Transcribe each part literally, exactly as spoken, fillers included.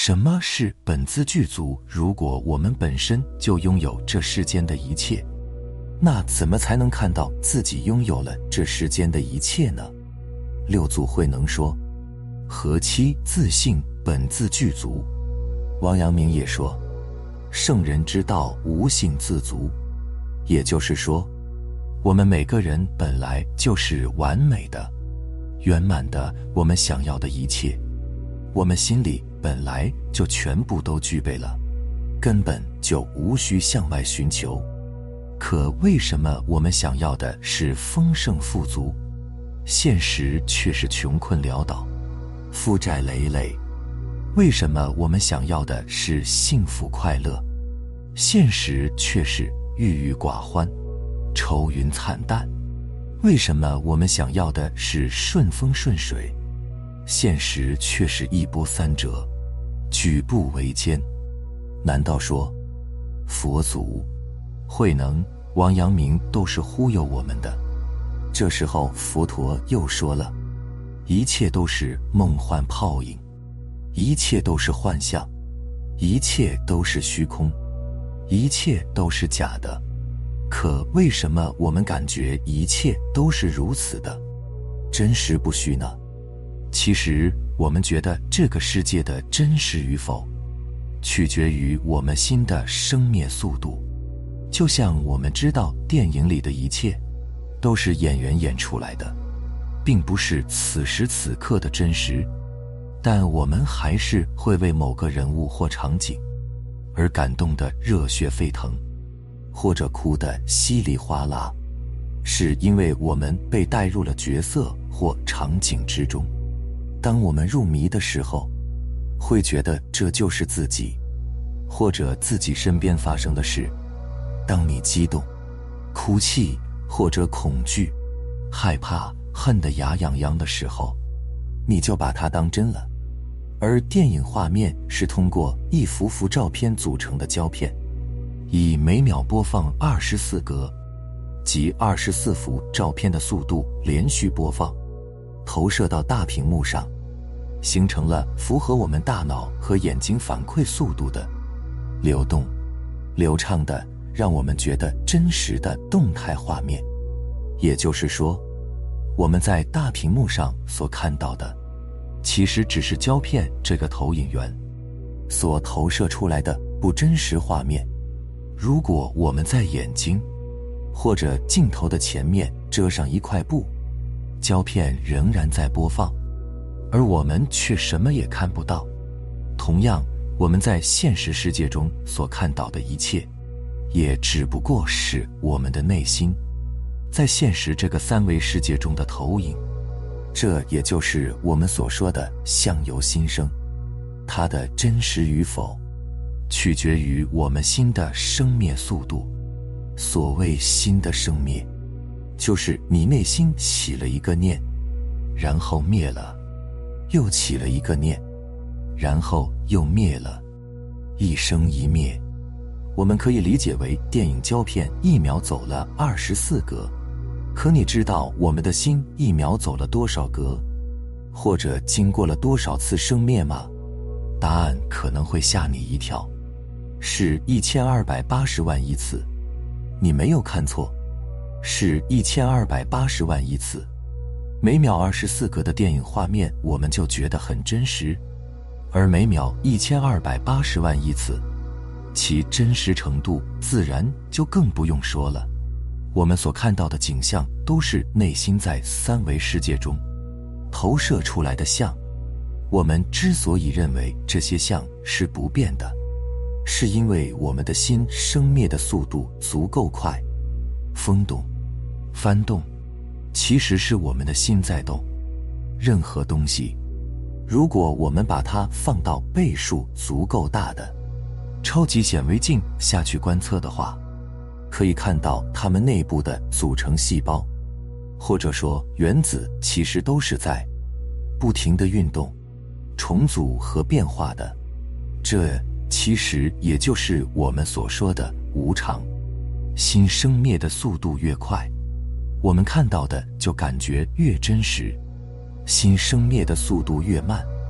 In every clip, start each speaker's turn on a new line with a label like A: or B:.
A: 什么是本自具足？如果我们本身就拥有这世间的一切，那怎么才能看到自己拥有了这世间的一切呢？六祖慧能说：何期自性本自具足。王阳明也说：圣人之道无性自足。也就是说，我们每个人本来就是完美的、圆满的，我们想要的一切，我们心里本来就全部都具备了，根本就无需向外寻求。可为什么我们想要的是丰盛富足，现实却是穷困潦倒、负债累累？为什么我们想要的是幸福快乐，现实却是郁郁寡欢、愁云惨淡？为什么我们想要的是顺风顺水，现实却是一波三折、举步维艰？难道说佛祖、慧能、王阳明都是忽悠我们的？这时候佛陀又说了：一切都是梦幻泡影，一切都是幻象，一切都是虚空，一切都是假的。可为什么我们感觉一切都是如此的真实不虚呢？其实我们觉得这个世界的真实与否，取决于我们心的生灭速度。就像我们知道电影里的一切都是演员演出来的，并不是此时此刻的真实，但我们还是会为某个人物或场景而感动得热血沸腾，或者哭得稀里哗啦，是因为我们被带入了角色或场景之中。当我们入迷的时候，会觉得这就是自己，或者自己身边发生的事。当你激动、哭泣或者恐惧、害怕、恨得牙痒痒的时候，你就把它当真了。而电影画面是通过一幅幅照片组成的胶片，以每秒播放二十四格，即二十四幅照片的速度连续播放，投射到大屏幕上，形成了符合我们大脑和眼睛反馈速度的流动、流畅的，让我们觉得真实的动态画面。也就是说，我们在大屏幕上所看到的，其实只是胶片这个投影源所投射出来的不真实画面。如果我们在眼睛或者镜头的前面遮上一块布，胶片仍然在播放，而我们却什么也看不到。同样，我们在现实世界中所看到的一切，也只不过是我们的内心在现实这个三维世界中的投影。这也就是我们所说的相由心生，它的真实与否取决于我们心的生灭速度。所谓心的生灭，就是你内心起了一个念，然后灭了，又起了一个念，然后又灭了，一生一灭。我们可以理解为电影胶片一秒走了二十四格。可你知道我们的心一秒走了多少格，或者经过了多少次生灭吗？答案可能会吓你一跳，是一千二百八十万亿次。你没有看错，是一千二百八十万亿次。每秒二十四格的电影画面我们就觉得很真实，而每秒一千二百八十万亿次，其真实程度自然就更不用说了。我们所看到的景象都是内心在三维世界中投射出来的像。我们之所以认为这些像是不变的，是因为我们的心生灭的速度足够快。风动、翻动，其实是我们的心在动。任何东西，如果我们把它放到倍数足够大的超级显微镜下去观测的话，可以看到它们内部的组成细胞，或者说原子，其实都是在不停地运动、重组和变化的。这其实也就是我们所说的无常。心生灭的速度越快，我们看到的就感觉越真实；心生灭的速度越慢，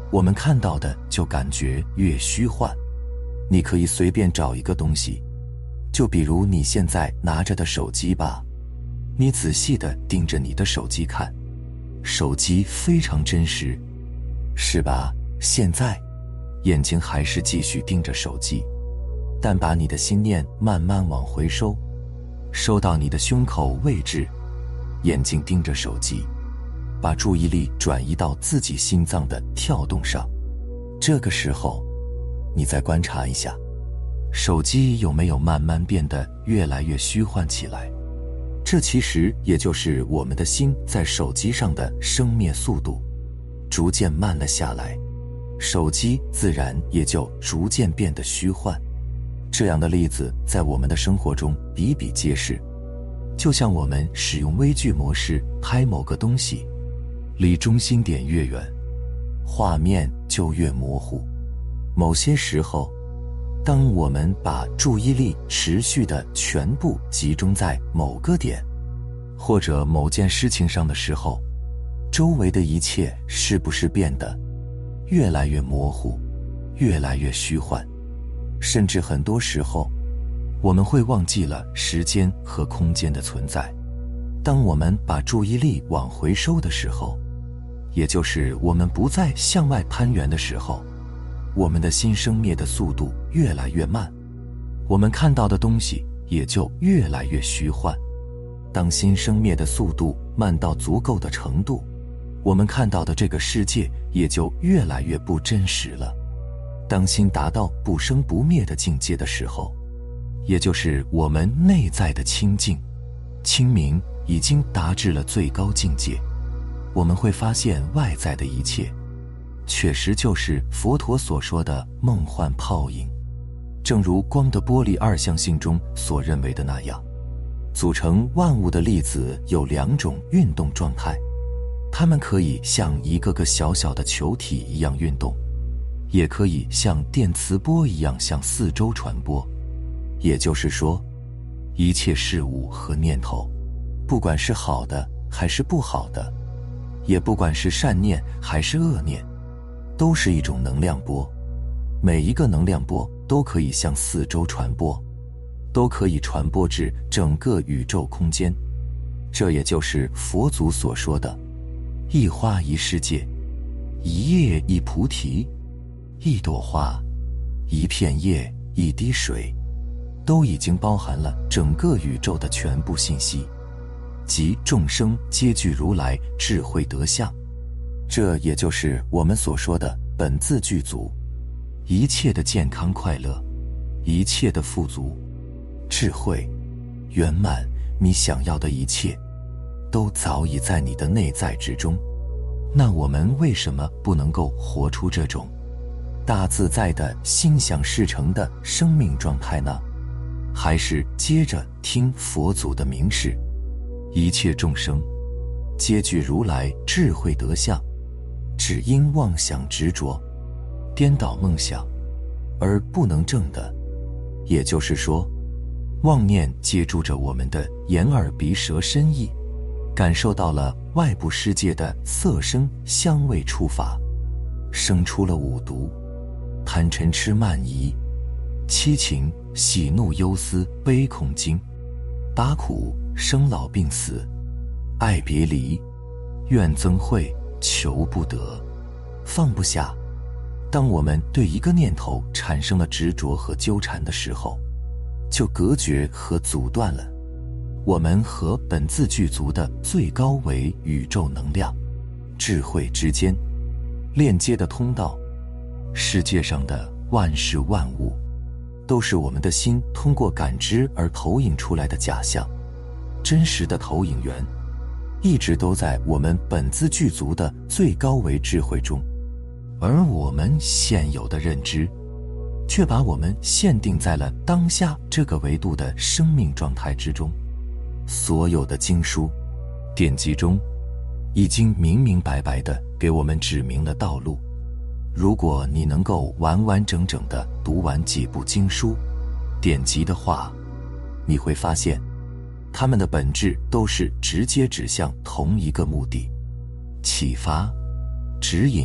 A: 我们看到的就感觉越虚幻。你可以随便找一个东西，就比如你现在拿着的手机吧，你仔细地盯着你的手机看，手机非常真实，是吧？现在眼睛还是继续盯着手机，但把你的心念慢慢往回收，收到你的胸口位置，眼睛盯着手机，把注意力转移到自己心脏的跳动上。这个时候你再观察一下，手机有没有慢慢变得越来越虚幻起来？这其实也就是我们的心在手机上的生灭速度逐渐慢了下来，手机自然也就逐渐变得虚幻。这样的例子在我们的生活中比比皆是，就像我们使用微距模式拍某个东西，离中心点越远，画面就越模糊。某些时候，当我们把注意力持续地全部集中在某个点或者某件事情上的时候，周围的一切是不是变得越来越模糊，越来越虚幻？甚至很多时候我们会忘记了时间和空间的存在。当我们把注意力往回收的时候，也就是我们不再向外攀援的时候，我们的心生灭的速度越来越慢，我们看到的东西也就越来越虚幻。当心生灭的速度慢到足够的程度，我们看到的这个世界也就越来越不真实了。当心达到不生不灭的境界的时候，也就是我们内在的清净、清明已经达至了最高境界，我们会发现外在的一切确实就是佛陀所说的梦幻泡影。正如光的波粒二象性中所认为的那样，组成万物的粒子有两种运动状态，它们可以像一个个小小的球体一样运动，也可以像电磁波一样向四周传播。也就是说，一切事物和念头，不管是好的还是不好的，也不管是善念还是恶念，都是一种能量波。每一个能量波都可以向四周传播，都可以传播至整个宇宙空间。这也就是佛祖所说的一花一世界，一叶一菩提，一朵花，一片叶，一滴水，都已经包含了整个宇宙的全部信息，即众生皆具如来智慧德相。这也就是我们所说的本自具足，一切的健康快乐，一切的富足、智慧、圆满，你想要的一切都早已在你的内在之中。那我们为什么不能够活出这种大自在的心想事成的生命状态呢？还是接着听佛祖的明示，一切众生皆具如来智慧德相，只因妄想执着，颠倒梦想而不能证的。也就是说，妄念借助着我们的眼耳鼻舌身意，感受到了外部世界的色声香味触法，生出了五毒：贪嗔痴慢疑、七情、喜怒忧思悲恐惊、八苦、生老病死、爱别离、怨憎会、求不得、放不下。当我们对一个念头产生了执着和纠缠的时候，就隔绝和阻断了我们和本自具足的最高维宇宙能量、智慧之间链接的通道。世界上的万事万物都是我们的心通过感知而投影出来的假象，真实的投影源一直都在我们本自具足的最高维智慧中，而我们现有的认知却把我们限定在了当下这个维度的生命状态之中。所有的经书典籍中已经明明白白地给我们指明了道路。如果你能够完完整整地读完几部经书典籍的话，你会发现它们的本质都是直接指向同一个目的：启发、指引、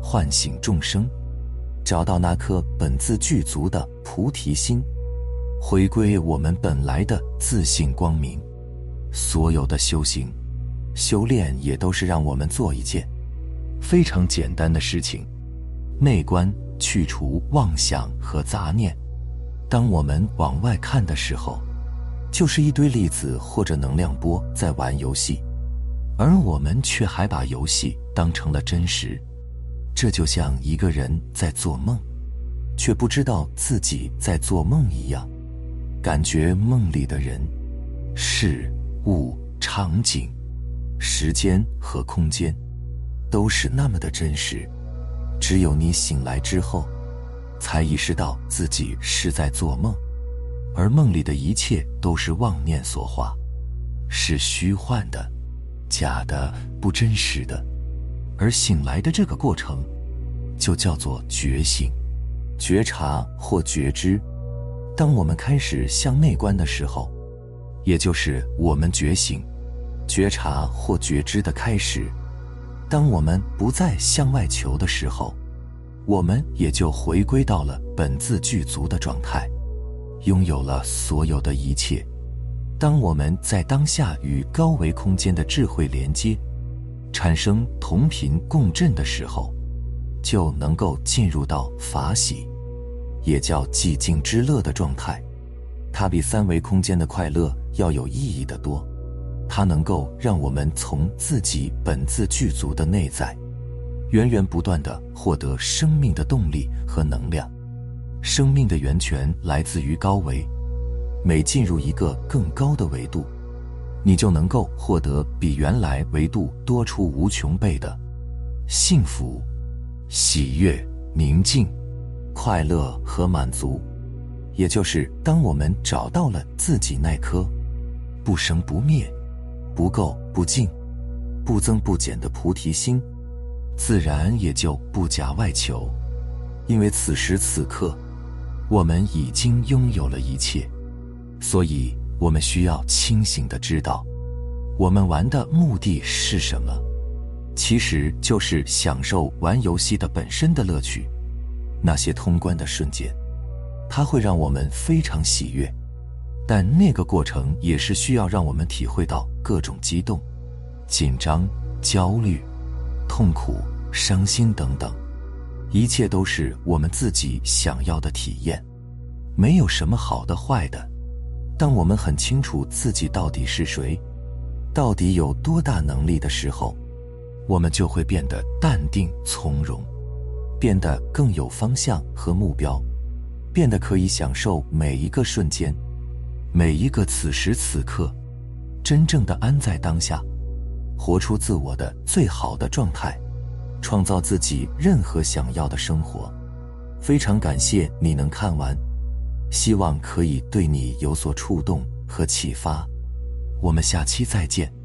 A: 唤醒众生，找到那颗本自具足的菩提心，回归我们本来的自信光明。所有的修行修炼也都是让我们做一件非常简单的事情，内观，去除妄想和杂念。当我们往外看的时候，就是一堆粒子或者能量波在玩游戏，而我们却还把游戏当成了真实。这就像一个人在做梦，却不知道自己在做梦一样，感觉梦里的人、事物、场景、时间和空间都是那么的真实。只有你醒来之后，才意识到自己是在做梦，而梦里的一切都是妄念所化，是虚幻的、假的、不真实的。而醒来的这个过程就叫做觉醒、觉察或觉知。当我们开始向内观的时候，也就是我们觉醒、觉察或觉知的开始。当我们不再向外求的时候，我们也就回归到了本自具足的状态，拥有了所有的一切。当我们在当下与高维空间的智慧连接，产生同频共振的时候，就能够进入到法喜，也叫寂静之乐的状态。它比三维空间的快乐要有意义得多，它能够让我们从自己本自具足的内在，源源不断地获得生命的动力和能量。生命的源泉来自于高维，每进入一个更高的维度，你就能够获得比原来维度多出无穷倍的幸福、喜悦、宁静、快乐和满足。也就是当我们找到了自己那颗不生不灭、不垢不净、不增不减的菩提心，自然也就不假外求。因为此时此刻我们已经拥有了一切，所以我们需要清醒地知道，我们玩的目的是什么，其实就是享受玩游戏的本身的乐趣。那些通关的瞬间，它会让我们非常喜悦，但那个过程也是需要让我们体会到各种激动、紧张、焦虑、痛苦、伤心等等，一切都是我们自己想要的体验，没有什么好的坏的。当我们很清楚自己到底是谁，到底有多大能力的时候，我们就会变得淡定从容，变得更有方向和目标，变得可以享受每一个瞬间，每一个此时此刻，真正的安在当下，活出自我的最好的状态，创造自己任何想要的生活。非常感谢你能看完，希望可以对你有所触动和启发。我们下期再见。